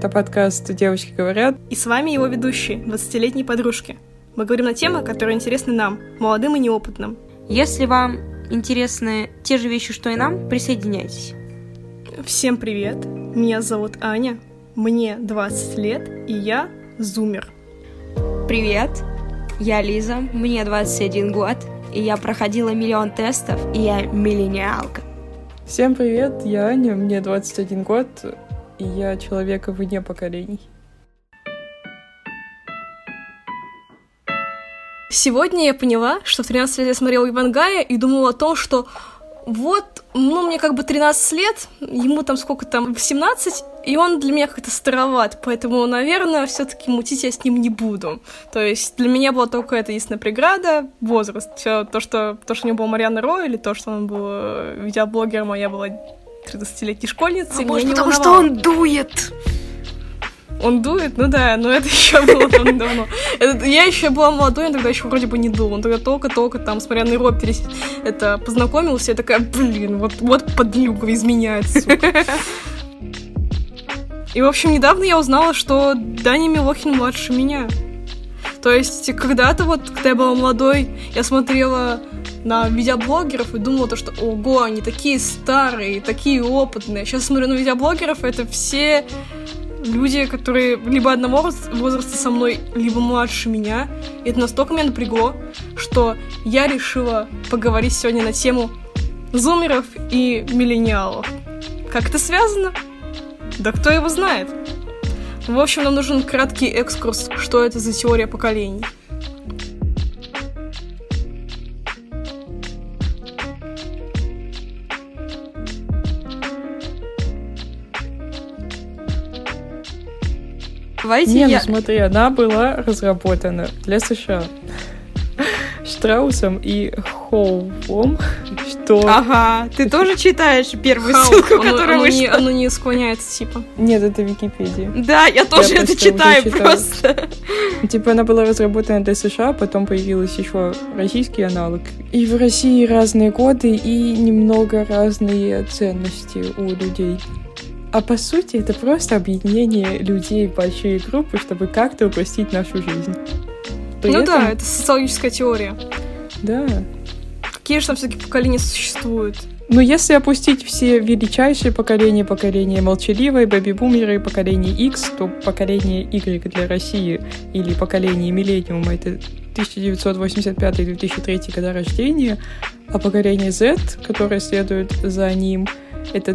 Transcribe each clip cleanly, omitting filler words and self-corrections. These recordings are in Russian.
Это подкаст «Девочки говорят». И с вами его ведущие, 20-летние подружки. Мы говорим на темы, которые интересны нам, молодым и неопытным. Если вам интересны те же вещи, что и нам, присоединяйтесь. Всем привет, меня зовут Аня, мне 20 лет, и я зумер. Привет, я Лиза, мне 21 год, и я проходила миллион тестов, и я миллениалка. Всем привет, я Аня, мне 21 год, и я человек вне поколений. Сегодня я поняла, что в 13 лет я смотрела Ивангая и думала о том, что мне как бы 13 лет, ему там сколько там, 18, и он для меня как-то староват, поэтому, наверное, все-таки мутить я с ним не буду. То есть для меня была только эта единственная преграда, возраст. Всё то, что у него была Марьяна Ро, или то, что он был видеоблогером, а я была 30-летней школьницей, меня не потому волновало. что он дует! Он дует? Ну да, но это еще было давно. Я еще была молодой, он тогда еще вроде бы не дул. Он тогда только там с Марьяной Ро познакомился, я такая, вот подлюга изменяет, сука. И, в общем, недавно я узнала, что Даня Милохин младше меня. То есть когда-то когда я была молодой, я смотрела на видеоблогеров и думала, что ого, они такие старые, такие опытные. Сейчас смотрю на видеоблогеров, это все люди, которые либо одного возраста со мной, либо младше меня. И это настолько меня напрягло, что я решила поговорить сегодня на тему зумеров и миллениалов. Как это связано? Да кто его знает? В общем, нам нужен краткий экскурс, что это за теория поколений. Смотри, она была разработана для США Штраусом и Хоувом, что... Ага, ты тоже читаешь первую ссылку, которая вышла? Оно не склоняется, типа. Нет, это Википедия. Да, я тоже это читаю просто. Типа она была разработана для США, потом появился еще российский аналог. И в России разные годы и немного разные ценности у людей. А по сути, это просто объединение людей в большие группы, чтобы как-то упростить нашу жизнь. Да, это социологическая теория. Да. Какие же там все-таки поколения существуют? Но если опустить все величайшие поколения молчаливые, бэби-бумеры, поколение X, то поколение Y для России или поколение миллениума — это 1985-2003 года рождения, а поколение Z, которое следует за ним, это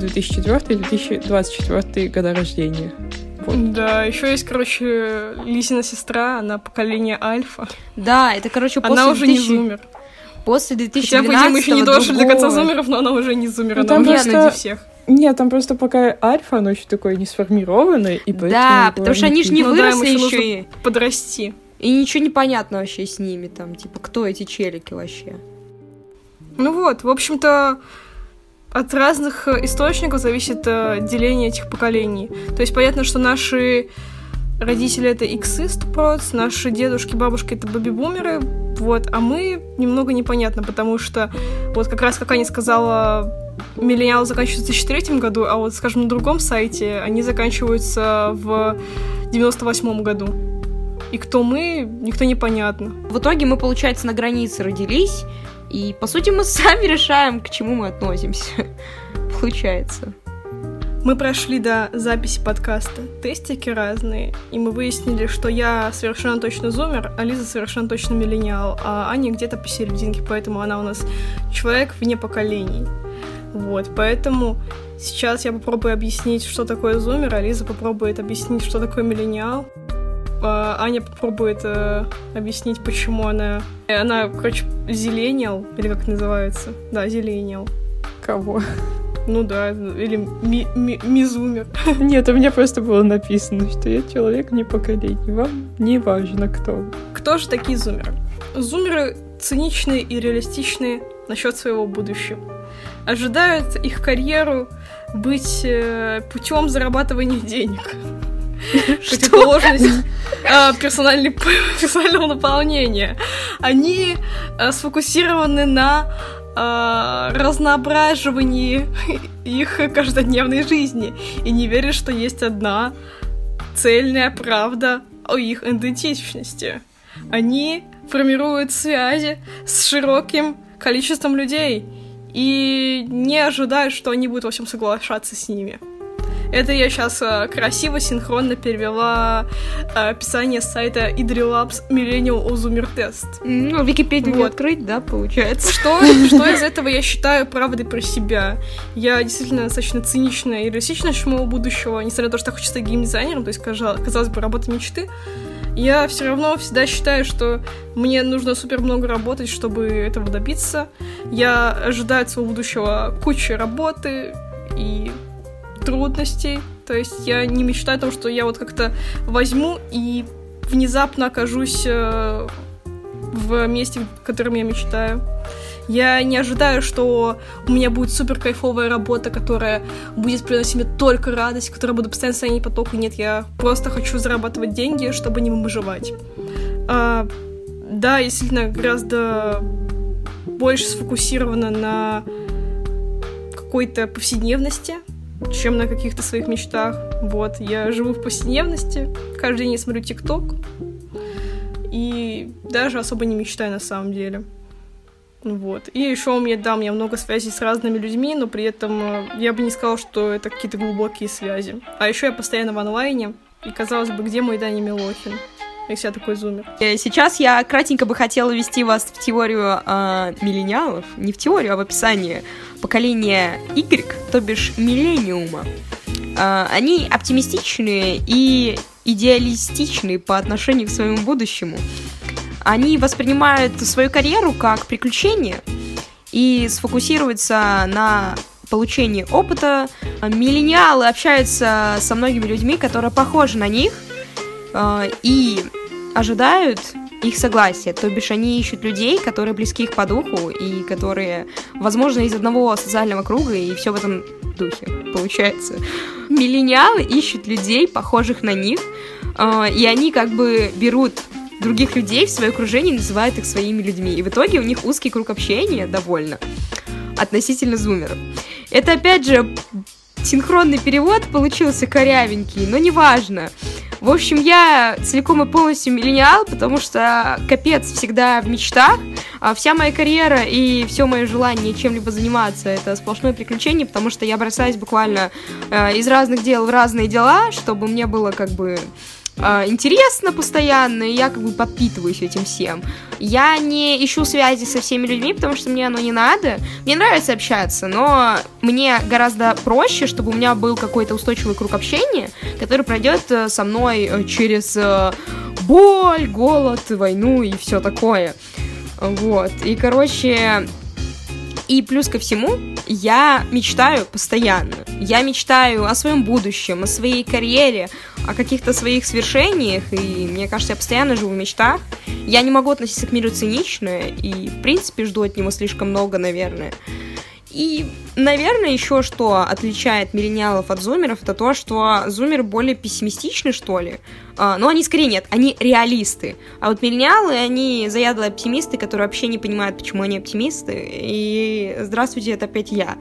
2004-2024 года рождения. Вот. Да, еще есть, Лизина сестра, она поколение Альфа. Да, это, после она уже не зумер. После 2012-го Хотя, мы еще не дошли до конца зумеров, но она уже не зумер, она уже среди всех. Нет, там просто пока альфа, оно еще такое не сформированное, и поэтому... Да, потому что они же не выросли еще и подрасти. И ничего не понятно вообще с ними, там, типа, кто эти челики вообще. В общем-то, от разных источников зависит деление этих поколений. То есть понятно, что наши родители — это иксы, 100%, наши дедушки, бабушки — это бэби-бумеры, а мы немного непонятно, потому что как раз, как Аня сказала, миллениалы заканчиваются в 2003 году, а скажем, на другом сайте они заканчиваются в 98 году. И кто мы, никто непонятно. В итоге мы, получается, на границе родились, и, по сути, мы сами решаем, к чему мы относимся. Получается. Мы прошли до записи подкаста тестики разные, и мы выяснили, что я совершенно точно зумер, а Лиза совершенно точно миллениал, а Аня где-то посерединке, поэтому она у нас человек вне поколений. Поэтому сейчас я попробую объяснить, что такое зумер, а Лиза попробует объяснить, что такое миллениал. Аня попробует объяснить, почему она, зелениал, или как это называется? Да, зелениал. Кого? Ну да, или мизумер. Нет, у меня просто было написано, что я человек вне поколений. Вам не важно, кто. Кто же такие зумеры? Зумеры циничные и реалистичные насчет своего будущего. Ожидают их карьеру быть путем зарабатывания денег. Противоположность персонального наполнения. Они сфокусированы на разноображивании их каждодневной жизни и не верят, что есть одна цельная правда о их идентичности. Они формируют связи с широким количеством людей и не ожидают, что они будут во всем соглашаться с ними. Это я сейчас красиво, синхронно перевела описание с сайта Idrilabs Millennial Zoomer Test. Ну, Википедию не открыть, да, получается? Что из этого я считаю правдой про себя? Я действительно достаточно циничная и реалистичная насчет моего будущего, несмотря на то, что я хочу стать геймдизайнером, то есть, казалось бы, работа мечты. Я все равно всегда считаю, что мне нужно супер много работать, чтобы этого добиться. Я ожидаю от своего будущего кучи работы и трудностей. То есть я не мечтаю о том, что я вот как-то возьму и внезапно окажусь в месте, в котором я мечтаю. Я не ожидаю, что у меня будет супер кайфовая работа, которая будет приносить мне только радость, которая буду постоянно в состоянии потока. Нет, я просто хочу зарабатывать деньги, чтобы не выживать. Да, я действительно гораздо больше сфокусирована на какой-то повседневности, чем на каких-то своих мечтах. Вот, я живу в повседневности, каждый день я смотрю ТикТок, и даже особо не мечтаю на самом деле. Вот. И еще у меня много связей с разными людьми, но при этом я бы не сказала, что это какие-то глубокие связи. А еще я постоянно в онлайне, и казалось бы, где мой Даня Милохин, если я такой зумер? Сейчас я кратенько бы хотела ввести вас в теорию миллениалов, не в теорию, а в описание поколения Y, то бишь миллениума. Они оптимистичные и идеалистичные по отношению к своему будущему. Они воспринимают свою карьеру как приключение и сфокусируются на получении опыта. Миллениалы общаются со многими людьми, которые похожи на них, и ожидают их согласия. То бишь они ищут людей, которые близки их по духу и которые, возможно, из одного социального круга, и все в этом духе получается. Миллениалы ищут людей, похожих на них, и они как бы берут других людей в свое окружение и называют их своими людьми. И в итоге у них узкий круг общения довольно относительно зумеров. Это, опять же, синхронный перевод получился корявенький, но неважно. В общем, я целиком и полностью миллениал, потому что капец всегда в мечтах. Вся моя карьера и все мое желание чем-либо заниматься — это сплошное приключение, потому что я бросаюсь буквально из разных дел в разные дела, чтобы мне было как бы интересно постоянно, и я как бы подпитываюсь этим всем. Я не ищу связи со всеми людьми, потому что мне оно не надо. Мне нравится общаться, но мне гораздо проще, чтобы у меня был какой-то устойчивый круг общения, который пройдет со мной через боль, голод, войну и все такое. Вот. И, короче, и плюс ко всему, я мечтаю постоянно. Я мечтаю о своем будущем, о своей карьере, о каких-то своих свершениях, и мне кажется, я постоянно живу в мечтах. Я не могу относиться к миру цинично, и, в принципе, жду от него слишком много, наверное. И, наверное, еще что отличает миллениалов от зумеров, это то, что зумеры более пессимистичны, что ли. Но они скорее нет, они реалисты. А вот миллениалы, они заядлые оптимисты, которые вообще не понимают, почему они оптимисты. И здравствуйте, это опять я.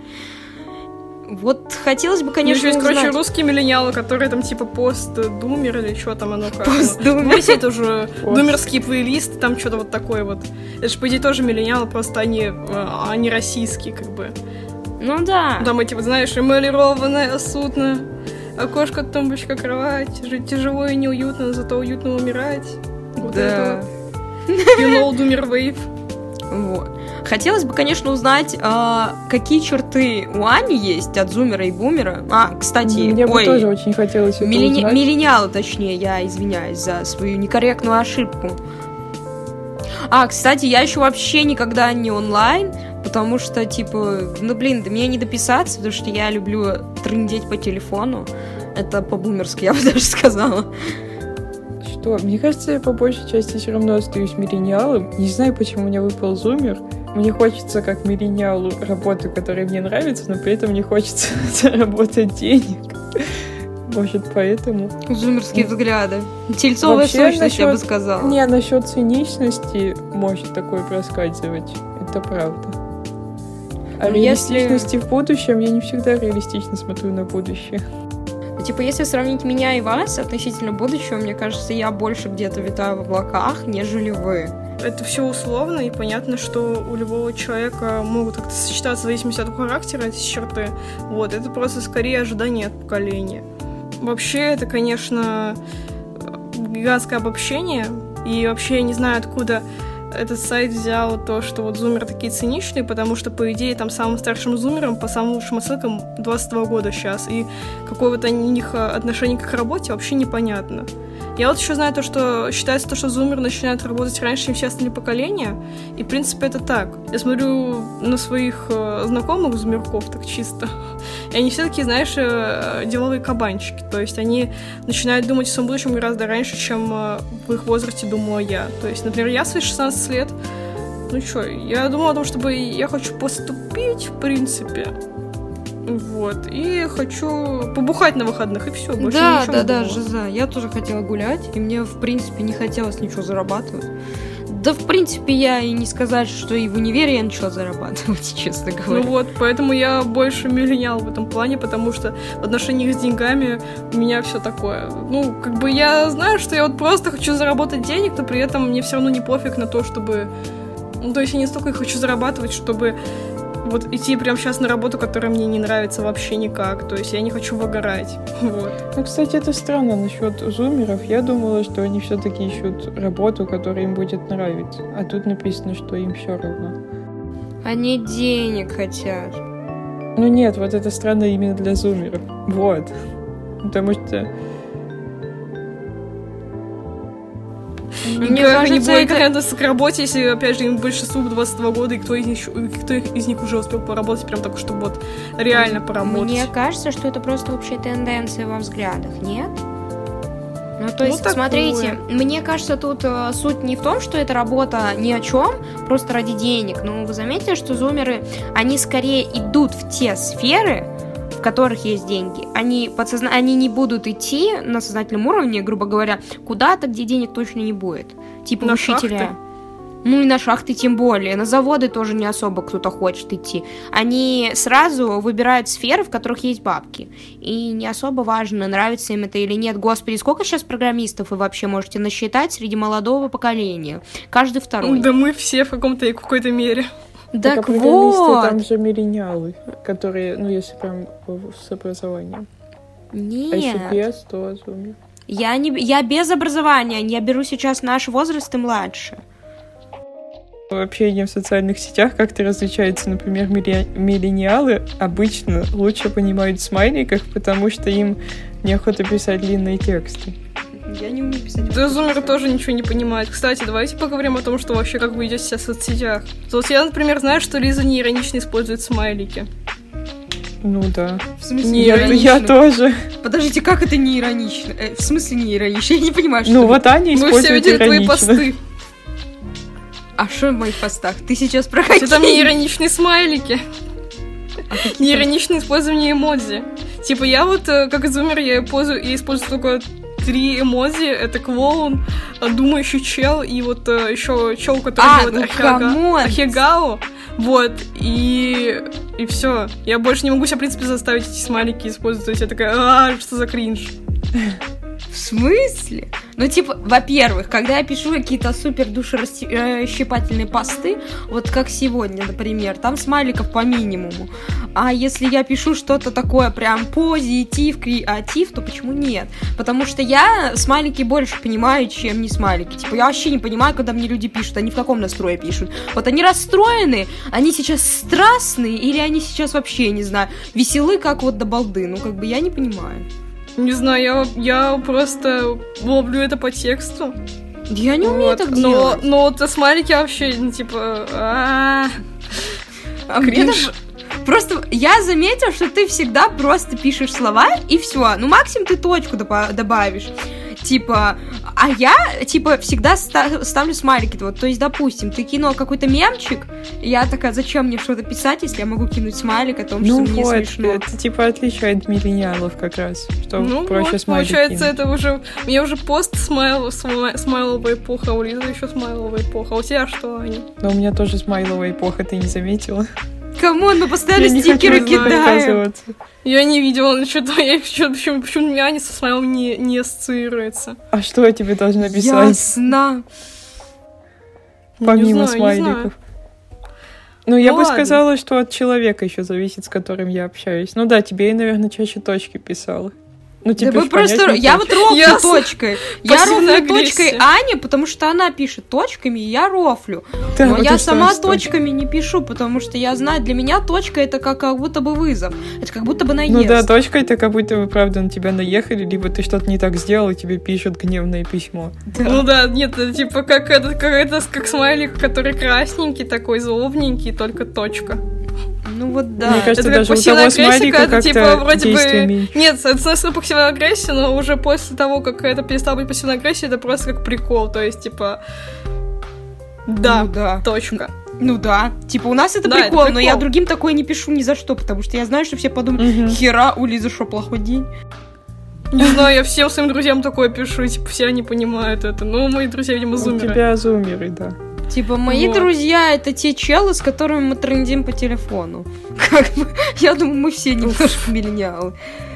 Вот хотелось бы, конечно, есть, узнать. короче, русские миллениалы, которые там типа пост-думер или что там оно как. Пост-думер. Знаете, это уже думерские плейлисты, там что-то вот такое вот. Это же, по идее, тоже миллениалы, просто они российские, как бы. Ну да. Там эти, вот знаешь, эмалированное судно, окошко, тумбочка, кровать, жить тяжело и неуютно, зато уютно умирать. Вот да. это вот. You know, Doomer Wave. Вот. Хотелось бы, конечно, узнать, какие черты у Ани есть от зумера и бумера. Кстати, мне бы тоже очень хотелось это узнать. Миллениалы, точнее, я извиняюсь за свою некорректную ошибку. Кстати, я еще вообще никогда не онлайн, потому что, типа, да мне не дописаться, потому что я люблю трындеть по телефону. Это по-бумерски, я бы даже сказала. Что? Мне кажется, я по большей части все равно остаюсь миллениалом. Не знаю, почему у меня выпал зумер. Мне хочется, как миллениалу, работу, которая мне нравится, но при этом не хочется заработать денег. Может, поэтому... Зумерские взгляды. Тельцовая сущность, я бы сказала. Не, насчет циничности может такое проскальзывать. Это правда. А реалистичности в будущем я не всегда реалистично смотрю на будущее. Типа, если сравнить меня и вас относительно будущего, мне кажется, я больше где-то витаю в облаках, нежели вы. Это все условно, и понятно, что у любого человека могут как-то сочетаться в зависимости от характера эти черты. Вот, это просто скорее ожидание от поколения. Вообще, это, конечно, гигантское обобщение, и вообще я не знаю, откуда этот сайт взял то, что вот зумеры такие циничные, потому что, по идее, там самым старшим зумерам, по самым лучшим отсылкам, 22 года сейчас, и какое вот у них отношение к работе вообще непонятно. Я вот еще знаю то, что считается, что зумеры начинают работать раньше, чем все остальные поколения, и, в принципе, это так. Я смотрю на своих знакомых зумерков так чисто, и они все такие, знаешь, деловые кабанчики, то есть они начинают думать о своем будущем гораздо раньше, чем в их возрасте думала я. То есть, например, я в свои 16 лет, ну что, я думала о том, чтобы я хочу поступить, в принципе, вот, и хочу побухать на выходных, и все, больше ничего не думала. Жиза, я тоже хотела гулять, и мне, в принципе, не хотелось ничего зарабатывать. Да, в принципе, я и не сказать, что и в универе я начала зарабатывать, честно говоря. Ну вот, поэтому я больше миллениал в этом плане, потому что в отношениях с деньгами у меня все такое. Ну, как бы я знаю, что я вот просто хочу заработать денег, но при этом мне все равно не пофиг на то, чтобы... Ну, то есть я не столько хочу зарабатывать, чтобы вот идти прямо сейчас на работу, которая мне не нравится вообще никак. То есть я не хочу выгорать. Вот. Ну, кстати, это странно насчет зумеров. Я думала, что они все-таки ищут работу, которая им будет нравиться. А тут написано, что им все равно. Они денег хотят. Ну нет, вот это странно именно для зумеров. Вот. Потому что... Мне кажется, они будут относиться к работе, если, опять же, им большинству 22 года, и кто из них уже успел поработать, прям так, чтобы вот реально поработать. Мне кажется, что это просто общая тенденция во взглядах, нет? Ну, то есть, смотрите, мне кажется, тут суть не в том, что эта работа ни о чем, просто ради денег. Но вы заметили, что зумеры, они скорее идут в те сферы, в которых есть деньги. Они не будут идти на сознательном уровне, грубо говоря, куда-то, где денег точно не будет. Типа на учителя. Шахты? Ну и на шахты тем более. На заводы тоже не особо кто-то хочет идти. Они сразу выбирают сферы, в которых есть бабки. И не особо важно, нравится им это или нет. Господи, сколько сейчас программистов вы вообще можете насчитать среди молодого поколения? Каждый второй. Да мы все в какой-то мере. Так программисты, вот. там же миллениалы, которые, ну, если прям с образованием. Нет. А если без, то зумер. Я без образования. Я беру сейчас наш возраст и младше. Общение в социальных сетях как-то различается. Например, миллениалы обычно лучше понимают в смайликах, потому что им неохота писать длинные тексты. Я не умею писать. Да, зумеры тоже ничего не понимают. Кстати, давайте поговорим о том, что вообще как вы идете сейчас в соцсетях. Вот я, например, знаю, что Лиза неиронично использует смайлики. Ну да. В смысле неиронично? Я тоже. Подождите, как это не иронично? В смысле не иронично? Я не понимаю, что... Ну вот Аня использует иронично. Мы все видели твои посты. А что в моих постах? Ты сейчас про какие? Там неироничные смайлики. Неироничное использование эмодзи. Типа я вот, как зумер, я использую только 3 эмодзи. Это клоун, думающий чел и вот еще чел, который делает ахегао. Вот, и все. Я больше не могу себя, в принципе, заставить эти смайлики использовать. То есть я такая, что за кринж? В смысле? Ну, типа, во-первых, когда я пишу какие-то супер душещипательные посты, вот как сегодня, например, там смайликов по минимуму. А если я пишу что-то такое прям позитив, креатив, то почему нет? Потому что я смайлики больше понимаю, чем не смайлики. Типа, я вообще не понимаю, когда мне люди пишут, они в каком настрое пишут. Вот они расстроены, они сейчас страстные, или они сейчас вообще, не знаю, веселы, как вот до балды. Ну, как бы я не понимаю. Не знаю, я просто ловлю это по тексту. Я не умею так делать. Но вот смайлики вообще, ну, типа... Кринж. Просто я заметила, что ты всегда просто пишешь слова, и все. Ну, максимум ты точку добавишь. Типа, а я, типа, всегда ставлю смайлики. Вот, то есть, допустим, ты кинул какой-то мемчик, и я такая, зачем мне что-то писать, если я могу кинуть смайлик о том, что мне смешно? Это, типа, отличает миллениалов как раз, что проще вот, смайлики получается, кинуть. это уже... У меня уже смайловая эпоха, у Лизы еще смайловая эпоха. А у тебя что, Аня? Но у меня тоже смайловая эпоха, ты не заметила? Камон, мы постоянно Я не стикеры хочу кидаем. показываться. Я не видела, что-то почему у меня они со смайлом не ассоциируется. А что я тебе должна писать, Ясно. помимо Не знаю. смайликов? Ну, я бы ладно. сказала, что от человека еще зависит, с которым я общаюсь. Ну да, тебе я, наверное, чаще точки писала. Ну, Да тебе вы ж понять просто... не Я хочешь. вот ровлю Ясно. точкой. Я Пассивная ровлю точкой агрессия. Ане, потому что она пишет точками, и я рофлю. Да, Но вот я и что сама с точкой. точками не пишу, потому что я знаю, для меня точка это как будто бы вызов. Это как будто бы наезд. Ну да, точкой это как будто вы, правда, на тебя наехали, либо ты что-то не так сделал, и тебе пишут гневное письмо. Ну да, нет, это типа как смайлик, который красненький такой, злобненький, только точка. Ну вот да. Мне кажется, Это как даже у пассивная того агрессия, смайлика когда как-то типа вроде действие бы... меньше. Нет, это становится пассивная агрессия, но уже после того, как это перестало быть пассивной агрессией, это просто как прикол, то есть типа... Да, Ну да. точка. Ну да. Типа у нас это Да, это прикол, но прикол. я другим такое не пишу ни за что, потому что я знаю, что все подумают, Мгм. хера, у Лизы что, плохой день? Не знаю, я всем своим друзьям такое пишу, и типа все они понимают это. Ну, мои друзья, видимо, У зумеры. тебя зумеры, да. Типа, мои Вот. друзья — это те челы, с которыми мы трындим по телефону. Как бы, я думаю, мы все немножко миллениалы.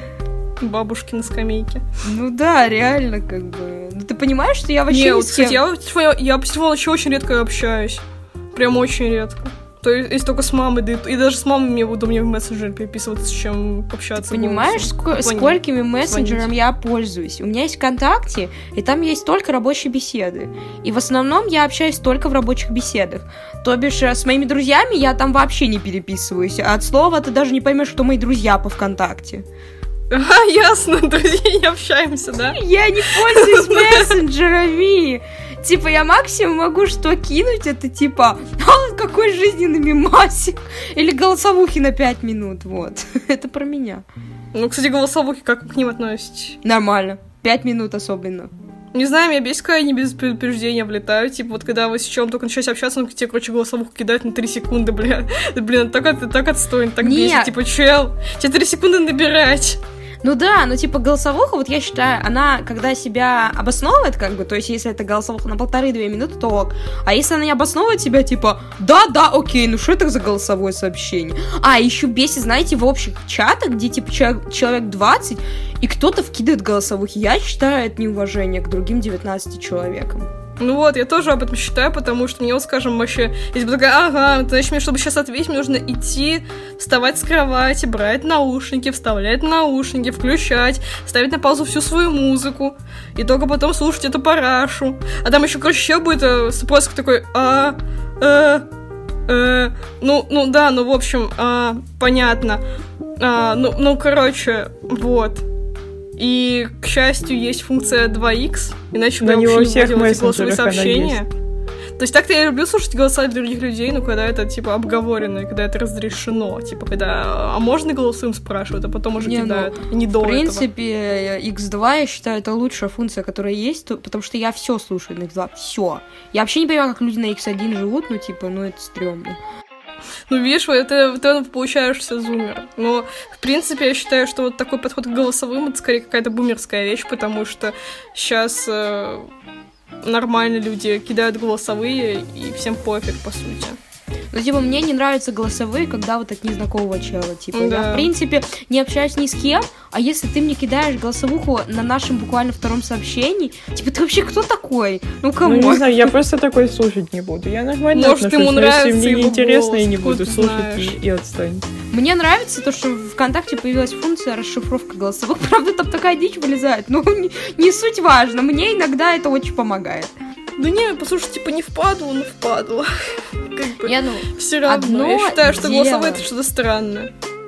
Бабушки на скамейке. Ну да, реально, как бы. Ну ты понимаешь, что я вообще Не, ни вот, с кем... кстати, я по телефону вообще очень редко общаюсь. Прям очень редко. То есть, если только с мамой, да и даже с мамой мне удобнее в мессенджере переписываться, чем общаться. Понимаешь, голосом. сколькими мессенджером звонить. я пользуюсь? У меня есть ВКонтакте, и там есть только рабочие беседы. И в основном я общаюсь только в рабочих беседах. То бишь, с моими друзьями я там вообще не переписываюсь. А от слова ты даже не поймешь, что мои друзья по ВКонтакте. А, ясно, друзья, не общаемся, да? Я не пользуюсь мессенджерами. Типа, я максимум могу что кинуть, это типа, какой жизненный мемасик. Или голосовухи на 5 минут, вот. Это про меня. Ну, кстати, голосовухи, как вы к ним относитесь? Нормально. 5 минут особенно. Не знаю, меня бесит, когда они без предупреждения влетают. Типа, вот когда вы с чем только начинаете общаться, он тебе, короче, голосовуху кидает на 3 секунды, бля. Блин, так отстойно, так Нет. бесит. Типа, чел, тебе 3 секунды набирать. Ну да, но типа голосовуха, вот я считаю, она, когда себя обосновывает, как бы, то есть если это голосовуха на 1,5-2 минуты, то ок. А если она не обосновывает себя, типа, да, окей, ну что это за голосовое сообщение? А, еще бесит, знаете, в общих чатах, где типа человек 20, и кто-то вкидывает голосовухи. Я считаю, это неуважение к другим 19 человекам. Ну вот, я тоже об этом считаю, потому что мне, вот, скажем, вообще, если бы такая, ага, значит, мне, чтобы сейчас ответить, мне нужно идти, вставать с кровати, брать наушники, вставлять наушники, включать, ставить на паузу всю свою музыку, и только потом слушать эту парашу. А там еще, короче, еще будет поиск такой, ну да, ну, в общем, понятно. Короче, вот. И, к счастью, есть функция 2х, иначе бы я Но не во вообще всех не вводила эти голосовые мессенджерах она сообщения. То есть так-то я люблю слушать голоса других людей, но когда это, типа, обговорено, и когда это разрешено, типа, когда, а можно голосовым спрашивают, а потом уже Не, кидают, и не до В этого. принципе, X2, я считаю, это лучшая функция, которая есть, потому что я все слушаю на X2, все. Я вообще не понимаю, как люди на X1 живут, ну, типа, ну, это стрёмно. Ну, видишь, ты получаешься зумер. Но, в принципе, я считаю, что вот такой подход к голосовым — это скорее какая-то бумерская вещь, потому что сейчас нормально люди кидают голосовые, и всем пофиг, по сути. Ну, типа, мне не нравятся голосовые, когда вот от незнакомого чела. Типа, Да. я, в принципе, не общаюсь ни с кем, а если ты мне кидаешь голосовуху на нашем буквально втором сообщении, типа, ты вообще кто такой? Ну, Ну, кому? не знаю, я просто такой слушать не буду. Я нормально Может, отношусь, ему но нравится если мне его неинтересно, голос, я не откуда буду ты слушать знаешь? и отстань. Мне нравится то, что в ВКонтакте появилась функция расшифровка голосовых. Правда, там такая дичь вылезает, но не суть важно. Мне иногда это очень помогает. Да не, послушай, типа, не впадло, но впадло. Как бы, Я, ну, все равно. одно Я считаю, что дело. голосовые — это что-то странное.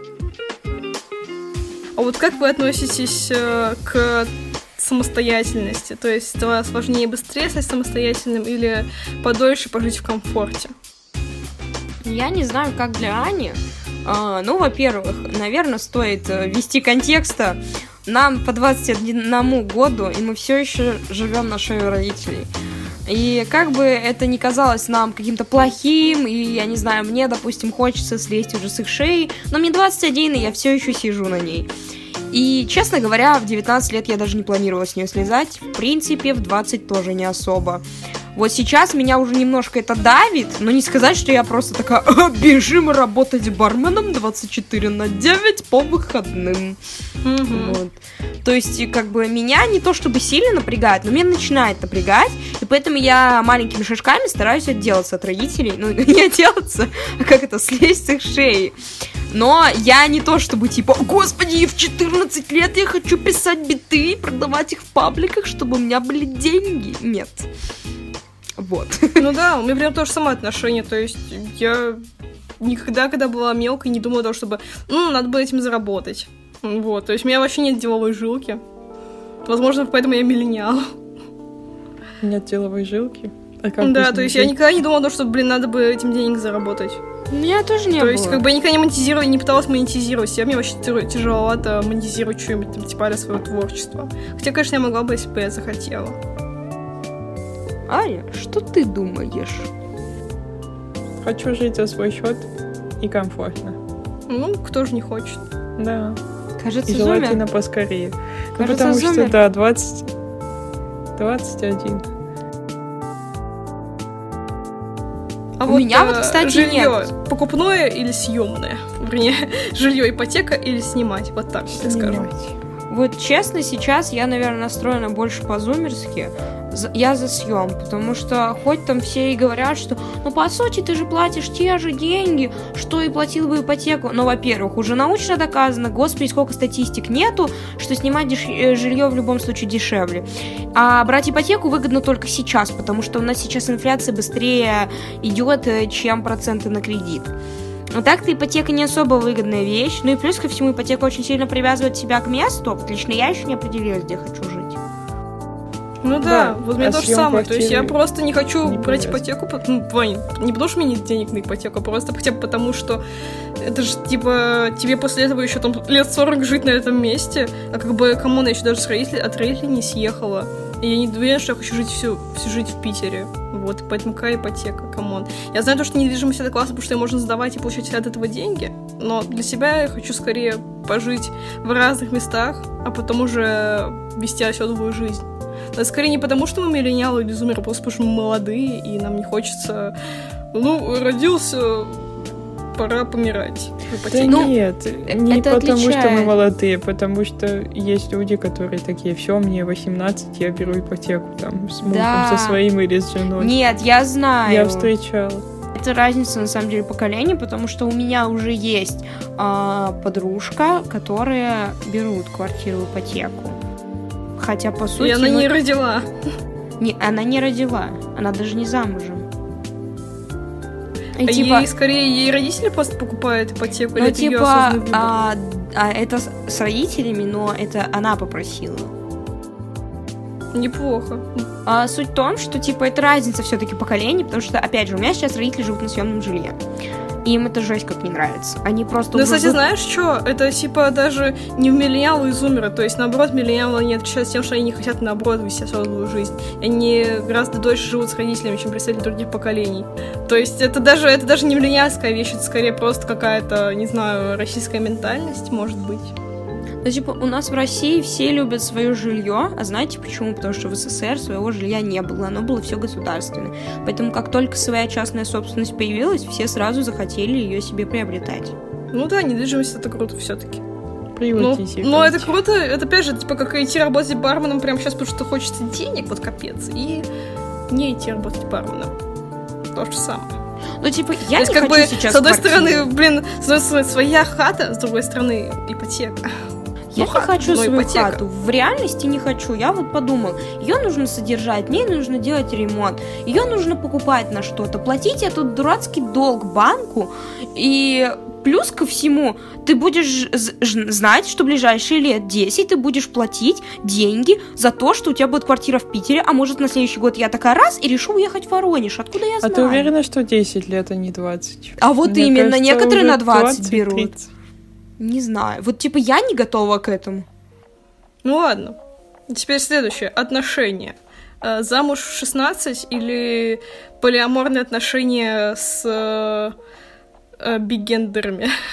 А вот как вы относитесь к самостоятельности? То есть для вас важнее быстрее стать самостоятельным или подольше пожить в комфорте? я не знаю, как для Ани. Ну, во-первых, наверное, стоит ввести контекста. Нам по 21 году, и мы все еще живем на шее родителей. И как бы это ни казалось нам каким-то плохим, и, я не знаю, мне, допустим, хочется слезть уже с их шеи, но мне 21, и я все еще сижу на ней. И, честно говоря, в 19 лет я даже не планировала с нее слезать. В принципе, в 20 тоже не особо. Вот сейчас меня уже немножко это давит, но не сказать, что я просто такая: бежим работать барменом 24/9 по выходным. Вот. То есть, как бы, меня не то чтобы сильно напрягает, но меня начинает напрягать, и поэтому я маленькими шажками стараюсь отделаться от родителей. Ну, не отделаться, а как это, слезть с их шеи. Но я не то чтобы типа: господи, в 14 лет я хочу писать биты и продавать их в пабликах, чтобы у меня были деньги. Нет. Вот. Ну да, у меня прям то же самое отношение. То есть я никогда, когда была мелкой, не думала о том, чтобы надо было этим заработать. Вот, то есть у меня вообще нет деловой жилки. Возможно, поэтому я миллениал. Нет деловой жилки? А как да, то есть я никогда не думала о том, что, надо бы этим денег заработать. У меня тоже не было. То есть, как бы, я никогда не пыталась монетизировать себя, мне вообще тяжеловато монетизировать что-нибудь, там, типа, для своего творчества. Хотя, конечно, я могла бы, если бы я захотела. Аня, что ты думаешь? Хочу жить за свой счет и комфортно. Ну, кто же не хочет. Да. Кажется, и желательно поскорее. Кажется, потому что, да, 21. А у вот меня вот, кстати, жилье нет. Покупное или съемное? Вернее, жилье ипотека или снимать? Вот так я скажу. Вот честно, сейчас я, наверное, настроена больше по-зумерски. Я за съем, потому что хоть там все и говорят, что по сути ты же платишь те же деньги, что и платил бы ипотеку. Но, во-первых, уже научно доказано, господи, сколько статистик нету, что снимать жилье в любом случае дешевле. А брать ипотеку выгодно только сейчас, потому что у нас сейчас инфляция быстрее идет, чем проценты на кредит. Но так-то ипотека не особо выгодная вещь. Ну и плюс ко всему, ипотека очень сильно привязывает тебя к месту. Вот лично я еще не определилась, где хочу жить. Ну да, вот у меня то же самое. То есть я просто не хочу брать ипотеку, не потому что у меня нет денег на ипотеку, а просто хотя бы потому, что это же, типа, тебе после этого еще там лет 40 жить на этом месте, а как бы, камон, я еще даже от родителей не съехала. И я не уверена, что я хочу жить всю жить в Питере. Вот, поэтому какая ипотека, камон. Я знаю, что недвижимость — это классно, потому что ее можно сдавать и получать от этого деньги, но для себя я хочу скорее пожить в разных местах, а потом уже вести оседлую жизнь. Но скорее не потому, что мы миллениалы или зумеры, просто потому что мы молодые, и нам не хочется... родился... Пора помирать. Да нет, не потому что мы молодые, потому что есть люди, которые такие: все, мне 18, я беру ипотеку там с мужем, со своим или с женой. Нет, я знаю. Я встречала. Это разница, на самом деле, поколений, потому что у меня уже есть подружка, которые берут квартиру в ипотеку. Хотя, по сути... И она не родила. Она не родила, она даже не замужем. И ей скорее родители просто покупают ипотеку, или это её осознанный выбор? Это с родителями, но это она попросила. Неплохо. Суть в том, что это разница все-таки поколений, потому что, опять же, у меня сейчас родители живут на съемном жилье. И им это жесть как не нравится. Они просто... Да, кстати, знаешь что? Это даже не в миллениалы и зумеры. То есть, наоборот, миллениалы не отличаются тем, что они не хотят, наоборот, вести особую жизнь. Они гораздо дольше живут с родителями, чем представители других поколений. То есть, это даже не миллениальская вещь, это скорее просто какая-то, не знаю, российская ментальность, может быть. У нас в России все любят свое жилье, а знаете почему? Потому что в СССР своего жилья не было, оно было все государственное. Поэтому как только своя частная собственность появилась, все сразу захотели ее себе приобретать. Ну да, недвижимость — это круто все-таки. Но это круто, это опять же, как идти работать барменом прямо сейчас, потому что хочется денег, вот капец, и не идти работать барменом. То же самое. Я не хочу сейчас с одной стороны, своя хата, с другой стороны, ипотека. Я не хочу свою хату, в реальности не хочу. Я вот подумал, ее нужно содержать, мне нужно делать ремонт, ее нужно покупать на что-то, платить этот дурацкий долг банку, и плюс ко всему ты будешь знать, что в ближайшие лет 10 ты будешь платить деньги за то, что у тебя будет квартира в Питере, а может на следующий год я такая раз и решу уехать в Воронеж. Откуда я знаю? А ты уверена, что 10 лет, а не 20? А вот мне именно, кажется, некоторые на 20 берут. 30. Не знаю. Вот я не готова к этому. Ну ладно. Теперь следующее. Отношения. Замуж в 16 или полиаморные отношения с бигендерами?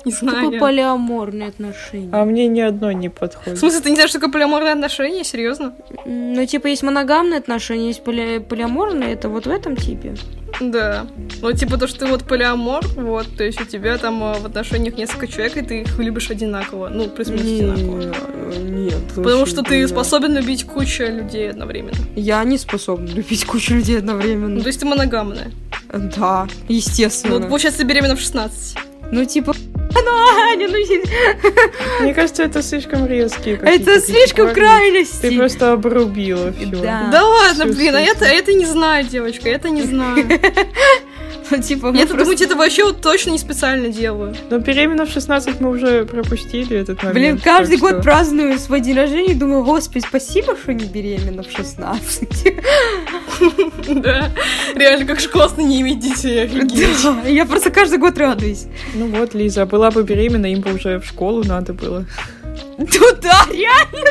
Не знаю. Такое полиаморные отношения. А мне ни одно не В подходит. смысле, ты не знаешь, что такое полиаморные отношения? Серьезно? Ну, типа, есть моногамные отношения, есть полиаморные, это вот в этом типе. Да. Ну, типа то, что ты вот полиамор, вот, то есть у тебя там в отношениях несколько человек, и ты их любишь одинаково. Ну, плюс-минус одинаково. Нет. Потому что ты способен любить кучу людей одновременно. Я не способна любить кучу людей Ну, одновременно. то есть ты моногамная. Да, естественно. Ну, получается, ты беременна в 16. Ну, типа, Аня, Мне кажется, это слишком резкие какие-то это слишком категории. крайности. Ты просто обрубила всё. Да. Да ладно, всё блин, а слышно. это не знаю, девочка, это не знаю. Ну, типа, мы Я-то просто- думаю, это вообще вот точно не специально делаю. Но беременна в 16 мы уже пропустили этот момент. Блин, каждый так год что- праздную свой день рождения и думаю, господи, спасибо, что не беременна в 16. Да, реально, как же классно не иметь детей, офигеть. Да, я просто каждый год радуюсь. Ну вот, Лиза, была бы беременна, им бы уже в школу надо было. Да, реально,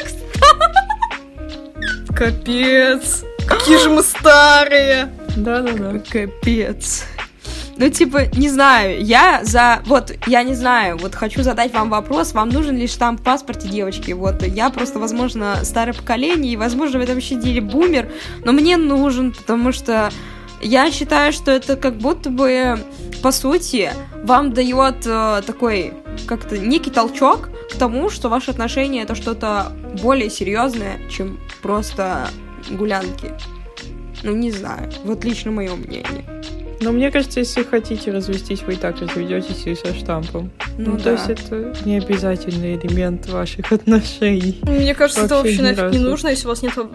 Капец, какие же мы старые. Да-да-да. капец. Ну, типа, не знаю, я не знаю, вот хочу задать вам вопрос, вам нужен ли штамп в паспорте, девочки? Вот, я просто, возможно, старое поколение, и, возможно, в этом вообще деле бумер, но мне нужен, потому что я считаю, что это как будто бы, по сути, вам дает такой, как-то, некий толчок к тому, что ваши отношения — это что-то более серьезное, чем просто гулянки. Ну, не знаю, вот лично мое мнение. Но мне кажется, если хотите развестись, вы и так разведетесь и со штампом. Ну То да. есть это не обязательный элемент ваших отношений. Мне кажется, это Вообще вообще ни нафиг не разу. нужно, если у вас нет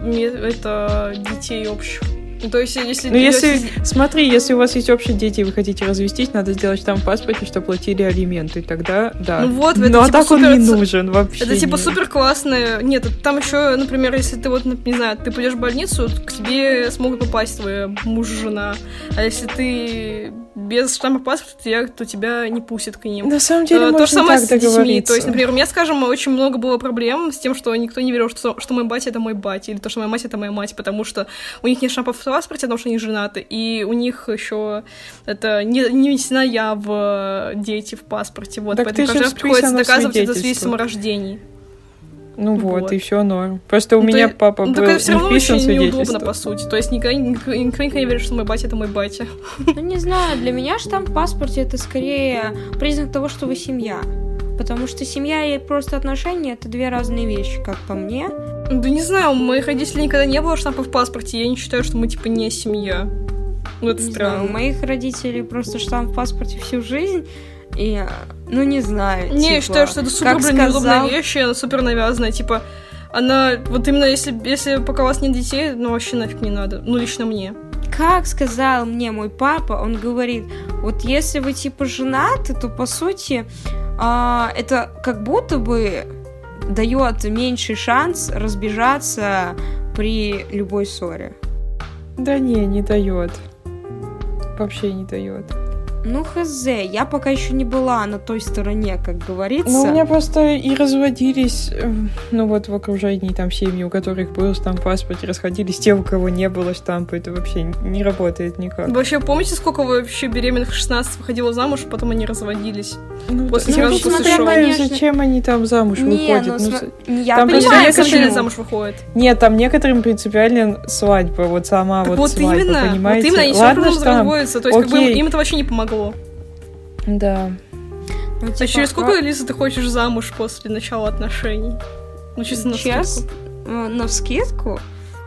это детей общих. Ну, то есть, если... Ну, если, смотри, если у вас есть общие дети, и вы хотите развестись, надо сделать штамп в паспорте, что платили алименты, тогда да. Ну вот, Ну, это а типа так он супер- не нужен вообще. Это типа нет. супер классно. Нет, там еще, например, если ты вот, не знаю, ты пойдешь в больницу, к тебе смогут попасть твоя муж, жена. А если ты без штампа паспорта, то тебя не пустят к ним. На самом деле, То можно же самое так с детьми. договориться. То есть, например, у меня, скажем, очень много было проблем с тем, что никто не верил, что мой батя — это мой батя, или то, что моя мать — это моя мать, потому что у них нет штампа в паспорте, потому что они женаты, и у них еще это не внесена я в дети в паспорте. Вот, Так поэтому ты каждый же раз приходится вписана в доказывать это свидетельство. свидетельством о рождении. Ну Вот. вот, и все норм. Просто у Ну, меня то- папа ну, был так это не все равно вписан в очень неудобно, свидетельство. по сути. То есть никто не верит, что мой батя — это мой батя. Ну, не знаю, для меня штамп в паспорте — это скорее признак того, что вы семья. Потому что семья и просто отношения — это две разные вещи, как по мне. Да не знаю, у моих родителей никогда не было штампа в паспорте, я не считаю, что мы, типа, не семья. Ну, это Не знаю, странно. у моих родителей просто штамп в паспорте всю жизнь. И, ну, не знаю. Не, я типа, считаю, что это супер, как блин, неудобная сказал- вещь, и она супер навязанная, типа, она, вот именно если пока у вас нет детей, ну, вообще нафиг не надо, ну, лично мне. Как сказал мне мой папа, он говорит, вот если вы, типа, женаты, то, по сути, это как будто бы дает меньший шанс разбежаться при любой ссоре. Да не дает. Вообще не дает. Ну, хз, я пока еще не была на той стороне, как говорится. Ну, у меня просто и разводились, ну вот в окружении там семьи, у которых был штамп в паспорте, расходились те, у кого не было штампа. Это вообще не работает никак. Вы вообще помните, сколько вы вообще беременных в 16 выходила замуж, потом они разводились? Ну, После да, сразу я после не шоу. понимаю, Конечно. зачем они там замуж Не, выходят. ну, я там Понимаю, понимаю, как почему? они замуж выходят. Нет, там некоторым принципиально свадьба, вот сама Так вот вот свадьба, именно, понимаете? вот именно, они все Ладно, равно штамп. разводятся, то есть, как бы Окей. им это вообще не помогло. Да. Ну, А типа, через сколько, Лиза, ты хочешь замуж после начала отношений? Ну, чисто на Честно, навскидку,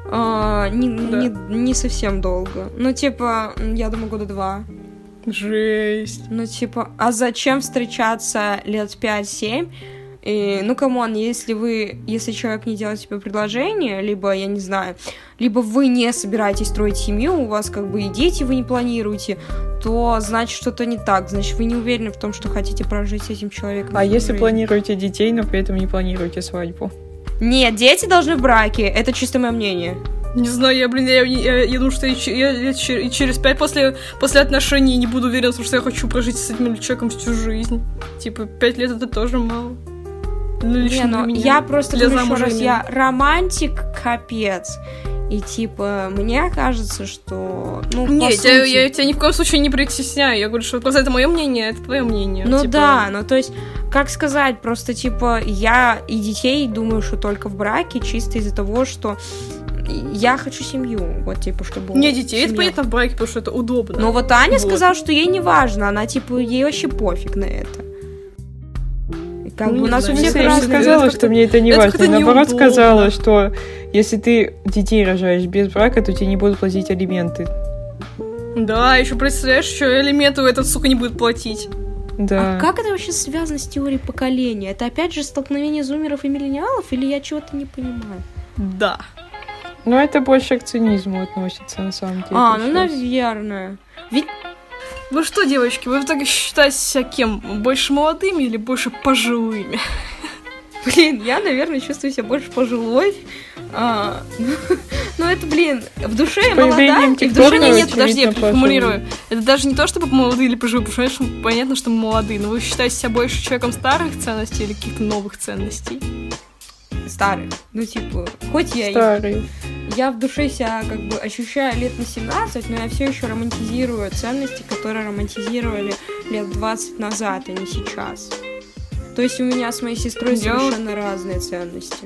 не совсем долго. Ну, типа, я думаю, 2 года. Жесть. Ну, типа, а зачем встречаться лет 5-7? И, ну, камон, если человек не делает тебе предложение, либо, я не знаю, либо вы не собираетесь строить семью, у вас как бы и дети вы не планируете, то значит что-то не так, значит вы не уверены в том, что хотите прожить с этим человеком. А всю если жизнь. планируете детей, но при этом не планируете свадьбу? Нет, дети должны в браке, это чисто мое мнение. Не знаю, я думаю, что я через 5 после отношений не буду уверена, что я хочу прожить с этим человеком всю жизнь. Типа, 5 лет это тоже мало. Ну, лично Не, для но меня. я просто Для говорю еще замужа раз, именно. я романтик, капец. И, типа, мне кажется, что... Ну, Нет, я тебя ни в коем случае не притесняю. Я говорю, что просто это мое мнение, это твое мнение. Ну типа... да, ну то есть, как сказать, просто, типа, я и детей думаю, что только в браке, чисто из-за того, что я хочу семью, вот, типа, чтобы... Не, детей, семья. это понятно в браке, потому что это удобно. Но вот Аня Вот. сказала, что ей не важно, она, типа, ей вообще пофиг на это. И как Ну, бы у не нас знаю, у всех Я не разные. сказала, Это что мне это не это важно. как-то Наоборот, неудобно. сказала, что если ты детей рожаешь без брака, то тебе не будут платить алименты. Да, еще представляешь, что элементы этот, сука, не будет платить. Да. А как это вообще связано с теорией поколения? Это опять же столкновение зумеров и миллениалов, или я чего-то не понимаю? Да. Но это больше к цинизму относится, на самом деле. А, ну, сейчас. наверное. Ведь Вы что, девочки, вы в итоге считаете себя кем? Больше молодыми или больше пожилыми? блин, я, наверное, чувствую себя больше пожилой. Ну, это, блин, в душе я молода, появлением и в ТикТока душе Нет, нет. нет, подожди, я очевидно, переформулирую. Это даже не то, чтобы молодые или пожилые, потому что понятно, что мы молодые, но вы считаете себя больше человеком старых ценностей или каких-то новых ценностей? Старых. Ну, типа, хоть Старый. я в душе себя как бы ощущаю лет на 17, но я все еще романтизирую ценности, которые романтизировали лет 20 назад, а не сейчас. То есть у меня с моей сестрой совершенно разные ценности.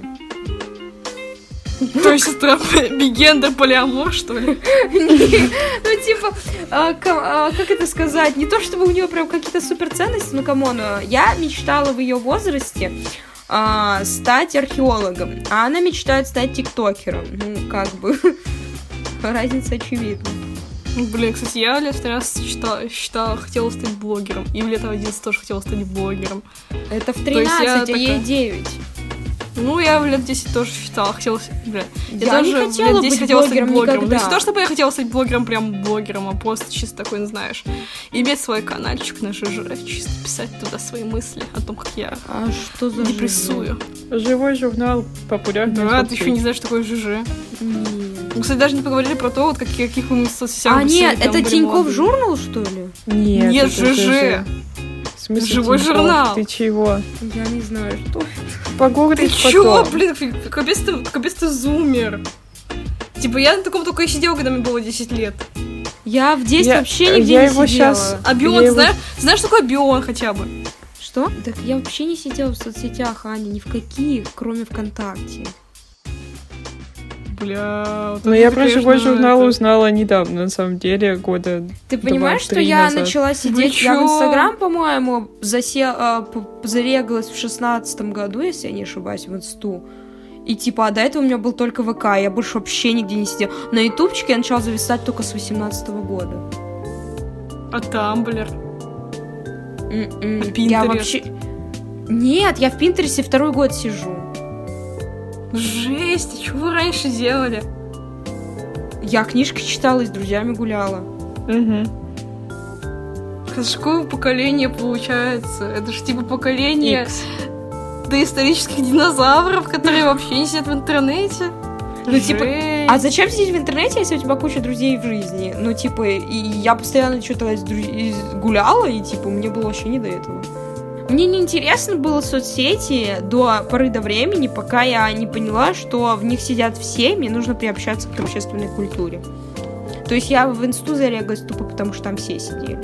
То есть это бигендер полиамор, что ли? Ну, типа, как это сказать? Не то, чтобы у нее прям какие-то суперценности, ну, камон, я мечтала в ее возрасте стать археологом, а она мечтает стать тиктокером. Ну, как бы, разница очевидна. Блин, кстати, я лет в 13 хотела стать блогером. И в лет в 11 тоже хотела стать блогером. Это в То есть я 13, а ей такая- 9. Ну, я в лет 10 тоже считала, хотела... Бля, Я не тоже хотела в лет 10 быть хотела стать блогером блогером. никогда. То есть не то, чтобы я хотела стать блогером, прям блогером, а просто чисто такой, ну, знаешь, иметь свой каналчик на ЖЖ, чисто писать туда свои мысли о том, как я А что за депрессую. Живой журнал популярный. Да, ты соцсеть. еще не знаешь, что такое ЖЖ. Нет. Мы, кстати, даже не поговорили про то, вот каких мы в соцсетях А, были, нет, там это были Тинькофф молодые. журнал, что ли? Нет, Нет, это ЖЖ. В смысле Живой Тинькофф? журнал. Ты чего? Я не знаю, что. Ты Погуглить чё, потом. блин, капец ты зумер. Типа, я на таком только и сидела, когда мне было 10 лет. Я в 10 Я- вообще нигде я не его сидела. щас- А Бион, Я ты его- знаешь, что такое Бион хотя бы? Что? Так я вообще не сидела в соцсетях, Аня, ни в каких, кроме ВКонтакте. Бля, вот Но это, я про конечно, живой журнал это- узнала недавно, на самом деле, года. Ты понимаешь, что 2-3 я назад. начала сидеть... Я в чё? Инстаграм, по-моему, зарегалась в 16-м году, если я не ошибаюсь, в Инсту. И типа, а до этого у меня был только ВК, я больше вообще нигде не сидела. На ютубчике я начала зависать только с 18-го года. А Тамблер? М-м. А Я Пинтерест? вообще... Нет, я в Пинтересте 2-й год сижу. Жесть, а что вы раньше делали? Я книжки читала и с друзьями гуляла. Мгм. Это ж какое поколение получается? Это же типа поколение Икс. доисторических динозавров, которые вообще не сидят в интернете. Ну, типа, Жесть. а зачем сидеть в интернете, если у тебя куча друзей в жизни? Ну, типа, и я постоянно что-то гуляла, и, типа, мне было вообще не до этого. Мне неинтересно было соцсети до поры до времени, пока я не поняла, что в них сидят все, мне нужно приобщаться к общественной культуре. То есть я в Инсту зарегалась тупо потому, что там все сидели.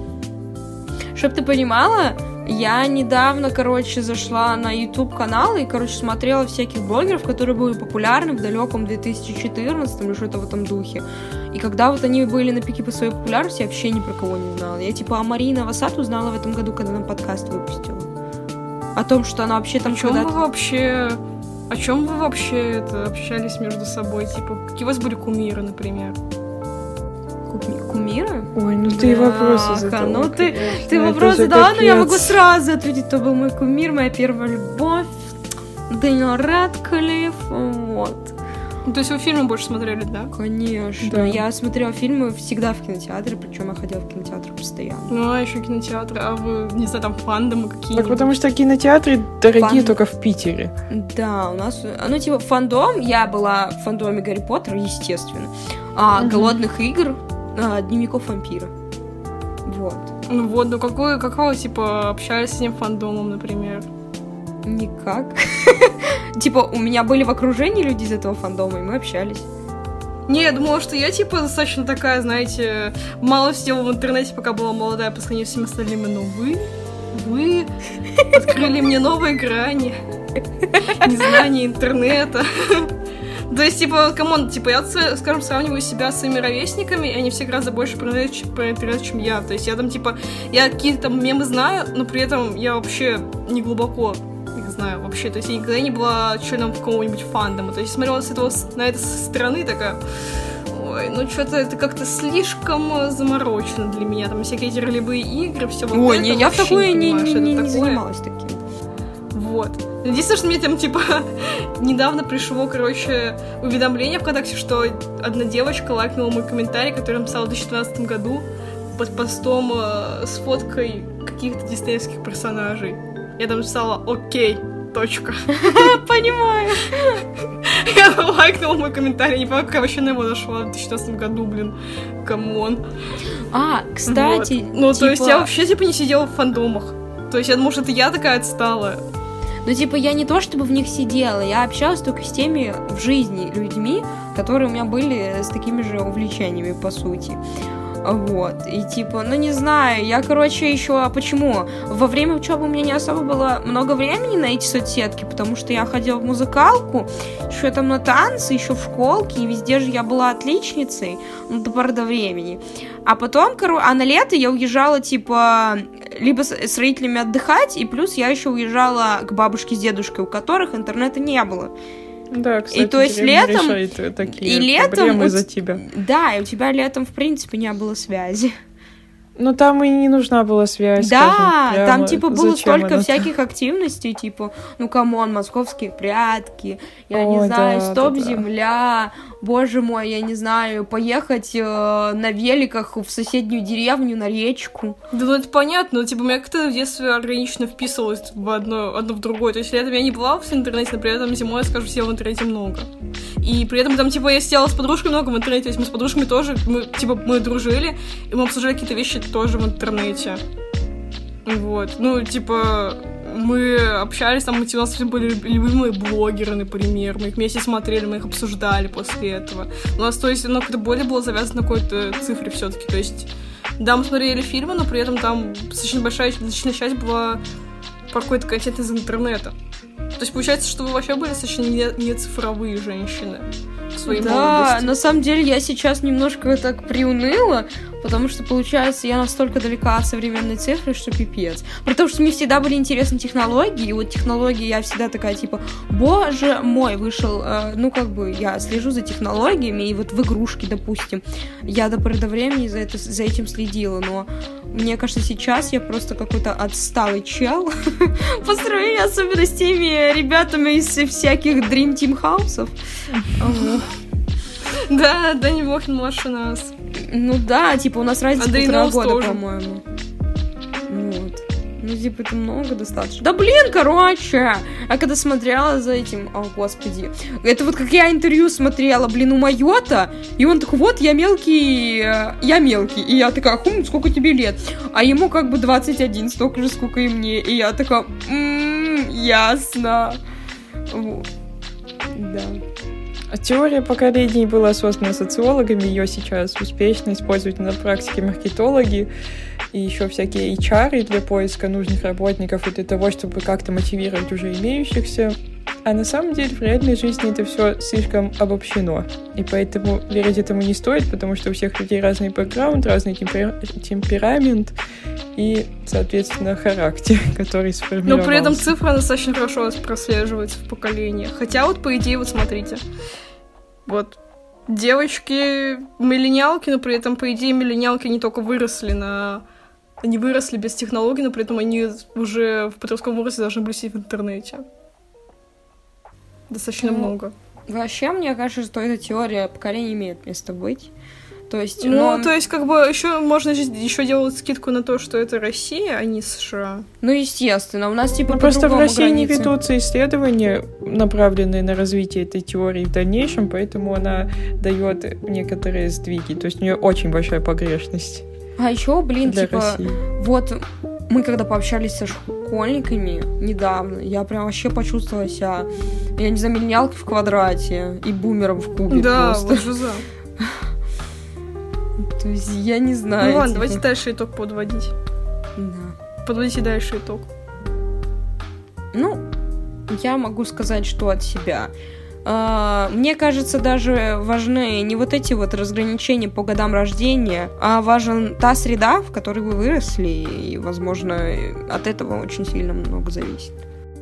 Чтоб ты понимала, я недавно, зашла на YouTube-канал и, смотрела всяких блогеров, которые были популярны в далеком 2014 или что-то в этом духе. И когда вот они были на пике по своей популярности, я вообще ни про кого не знала. Я, типа, о Марии Новосад узнала в этом году, когда она подкаст выпустила. О том, что она вообще там О чем когда-то... вы вообще это общались между собой? Типа, какие у вас были кумиры, например? Кумиры? Ой, ну ты и вопросы Бляха, задала. ну ты конечно. вопросы Это же задала, но я капец. могу сразу ответить. То был мой кумир, моя первая любовь. Дэниел Рэдклифф, вот. Ну, то есть вы фильмы больше смотрели, да? Конечно. Да. Я смотрела фильмы всегда в кинотеатре, причем я ходила в кинотеатр постоянно. Ну, а еще кинотеатры, а вы, не знаю, там фандомы какие-нибудь? Так потому что кинотеатры дорогие Фан- только в Питере. Да, у нас, ну, типа, фандом, я была в фандоме Гарри Поттера, естественно, Мгм. Голодных игр, Дневников вампира. Вот. Ну вот, ну какого, типа, общались с этим фандомом, например? Никак. Типа, у меня были в окружении люди из этого фандома, и мы общались. Не, я думала, что я, типа, достаточно такая, знаете, мало сидела в интернете, пока была молодая, по сравнению с всеми остальными, но вы открыли мне новые грани, незнание интернета. То есть, типа, камон, типа, я, скажем, сравниваю себя с своими ровесниками, и они все гораздо больше про интернет, чем я. То есть, я там, типа, я какие-то там мемы знаю, но при этом я вообще не глубоко их знаю вообще. То есть, я никогда не была членом какого-нибудь фандома. То есть, я смотрела на это со стороны, такая... Ой, ну что-то это как-то слишком заморочено для меня. Там всякие эти ролевые игры, все вот Ой, это. не, я в такое не такое. занималась таким. Вот. Единственное, что мне там, типа, недавно пришло, короче, уведомление ВКонтакте, что одна девочка лайкнула мой комментарий, который я написала в 2012 году под постом с фоткой каких-то диснеевских персонажей. Я там написала «Окей, точка». Понимаю. Я лайкнула мой комментарий, не понимаю, как я вообще на него нашла в 2016 году, блин. Камон. Кстати, вот. Ну, то есть я вообще, типа, не сидела в фандомах. То есть я думала, что это я такая отсталая. Ну, типа, я не то чтобы в них сидела, я общалась только с теми в жизни людьми, которые у меня были с такими же увлечениями, по сути. Вот, и типа, ну не знаю, я, короче, еще почему? Во время учебы у меня не особо было много времени на эти соцсетки, потому что я ходила в музыкалку, еще там на танцы, еще в школке, и везде же я была отличницей, ну, до поры до времени. А потом, на лето я уезжала, типа, либо с родителями отдыхать, и плюс я еще уезжала к бабушке с дедушкой, у которых интернета не было. Да, кстати, и то есть летом такие проблемы за тебя. Да, и у тебя летом, в принципе, не было связи. Ну, там и не нужна была связь. Да, скажем, там, типа, было столько она всяких активностей, типа, ну, камон, московские прятки, я не знаю, стоп-земля, боже мой, я не знаю, поехать на великах в соседнюю деревню, на речку. Да, ну, это понятно, но, типа, у меня как-то в детстве органично вписывалось в одно в другое, то есть летом я не была в интернете, но при этом зимой, я скажу, сидела в интернете много. И при этом там, типа, я сидела с подружкой много в интернете, то есть мы с подружками тоже, мы дружили, и мы обсуждали какие-то вещи тоже в интернете. Вот. Ну, типа, мы общались, там, у нас были любимые блогеры, например, мы их вместе смотрели, мы их обсуждали после этого. У нас, то есть, оно как-то более было завязано на какой-то цифре все-таки, то есть, да, мы смотрели фильмы, но при этом там достаточно большая часть была про какой-то контент из интернета. То есть, получается, что вы вообще были достаточно не цифровые женщины в своей молодости. Да, на самом деле я сейчас немножко так приуныла, потому что, получается, я настолько далека от современной цифры, что пипец. При том, что мне всегда были интересны технологии, и вот технологии я всегда такая, типа, боже мой, вышел, ну, как бы, я слежу за технологиями, и вот в игрушки, допустим, я до поры до времени за этим следила, но мне кажется, сейчас я просто какой-то отсталый чел, по сравнению особенно с теми ребятами из всяких Dream Team хаусов. Да, Даня Милохин младше нас. Ну да, типа у нас разница 1,5 года, тоже. по-моему. Вот. Ну, типа, это много достаточно. Да блин, короче! А когда смотрела за этим... О, господи. Это вот как я интервью смотрела, блин, у Майота, и он такой, вот, я мелкий. И я такая, сколько тебе лет? А ему как бы 21, столько же, сколько и мне. И я такая, ясно. Вот. Да. Теория поколений была создана социологами, ее сейчас успешно используют на практике маркетологи и еще всякие HR для поиска нужных работников и для того, чтобы как-то мотивировать уже имеющихся. А на самом деле в реальной жизни это все слишком обобщено. И поэтому верить этому не стоит, потому что у всех людей разный бэкграунд, разный темперамент и, соответственно, характер, который сформировался. Но при этом цифра достаточно хорошо прослеживается в поколениях. Хотя вот, по идее, вот смотрите. Вот девочки миллениалки, но при этом, по идее, миллениалки не только они выросли без технологий, но при этом они уже в подростковом возрасте должны были сидеть в интернете. Достаточно много. Вообще, мне кажется, что эта теория поколений имеет место быть. То есть, то есть, как бы, еще можно еще делать скидку на то, что это Россия, а не США. Ну, естественно, у нас типа просто в России границы. не ведутся исследования, направленные на развитие этой теории в дальнейшем, поэтому она дает некоторые сдвиги. То есть у нее очень большая погрешность. А еще, блин, для типа, России. вот мы когда пообщались со школьниками недавно, я прям вообще почувствовала себя, я не знаю, миллениалкой в квадрате и бумером в кубе. Да, просто. вот жиза. То есть я не знаю. Ну ладно, давайте дальше итог подводить. Да. Подводите дальше итог. Ну, я могу сказать, что от себя. Мне кажется, даже важны не вот эти вот разграничения по годам рождения, а важна та среда, в которой вы выросли, и, возможно, от этого очень сильно много зависит.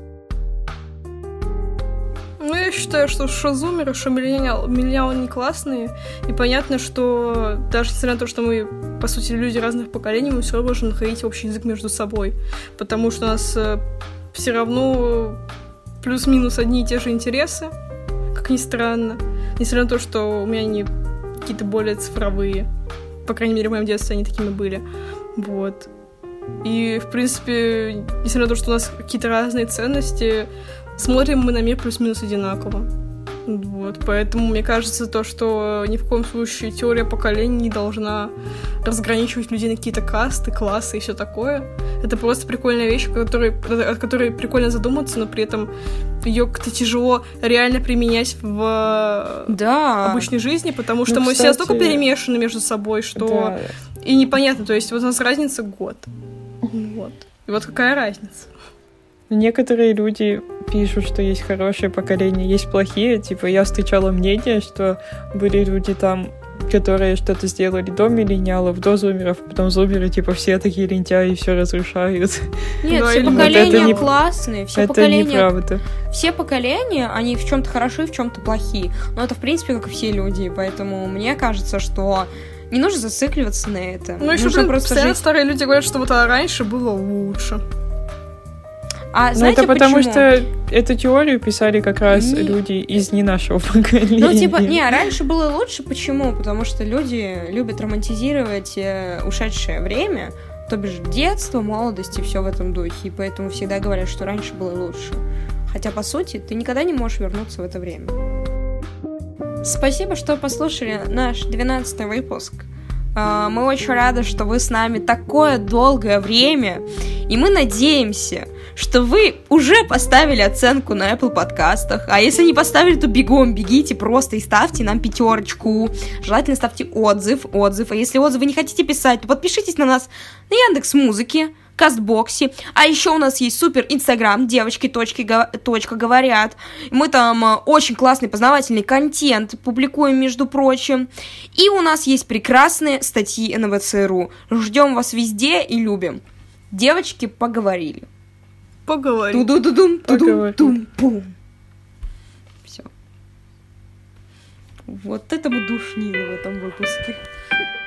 Ну, я считаю, что зумеры, что миллениалы не классные, и понятно, что даже несмотря на то, что мы, по сути, люди разных поколений, мы все равно можем находить общий язык между собой, потому что у нас все равно плюс-минус одни и те же интересы, как ни странно, несмотря на то, что у меня они какие-то более цифровые, по крайней мере, в моем детстве они такими были, вот. И, в принципе, несмотря на то, что у нас какие-то разные ценности, смотрим мы на мир плюс-минус одинаково. Вот, поэтому мне кажется, то, что ни в коем случае теория поколений не должна разграничивать людей на какие-то касты, классы и все такое. Это просто прикольная вещь, от которой прикольно задуматься, но при этом ее как-то тяжело реально применять в обычной жизни, потому что мы все настолько перемешаны между собой, что и непонятно, то есть вот у нас разница год. Вот. И вот какая разница? Некоторые люди пишут, что есть хорошее поколение, есть плохие. Типа, я встречала мнение, что были люди там, которые что-то сделали до миллениалов, до зумеров, а потом зумеры, типа, все такие лентяи, все разрушают. Нет, все поколения классные, все поколения... Это неправда. Все поколения, они в чем-то хороши, в чем-то плохие. Но это, в принципе, как и все люди, поэтому мне кажется, что не нужно зацикливаться на это. Ну, еще постоянно старые люди говорят, что вот раньше было лучше. А знаете, это потому, почему? что эту теорию писали как раз люди из не нашего поколения. Ну, типа, раньше было лучше. Почему? Потому что люди любят романтизировать ушедшее время, то бишь детство, молодость и все в этом духе. И поэтому всегда говорят, что раньше было лучше. Хотя, по сути, ты никогда не можешь вернуться в это время. Спасибо, что послушали наш 12-й выпуск. Мы очень рады, что вы с нами такое долгое время, и мы надеемся, что вы уже поставили оценку на Apple подкастах, а если не поставили, то бегом бегите просто и ставьте нам 5. Желательно ставьте отзыв, а если отзывы не хотите писать, то подпишитесь на нас на Яндекс.Музыке, Кастбоксе, а еще у нас есть супер Инстаграм, девочки.говорят, мы там очень классный познавательный контент публикуем, между прочим, и у нас есть прекрасные статьи НВЦРУ, ждем вас везде и любим. Девочки поговорили. Поговорили. Ту-ду-ду-дум, все. Вот это мы душнило в этом выпуске.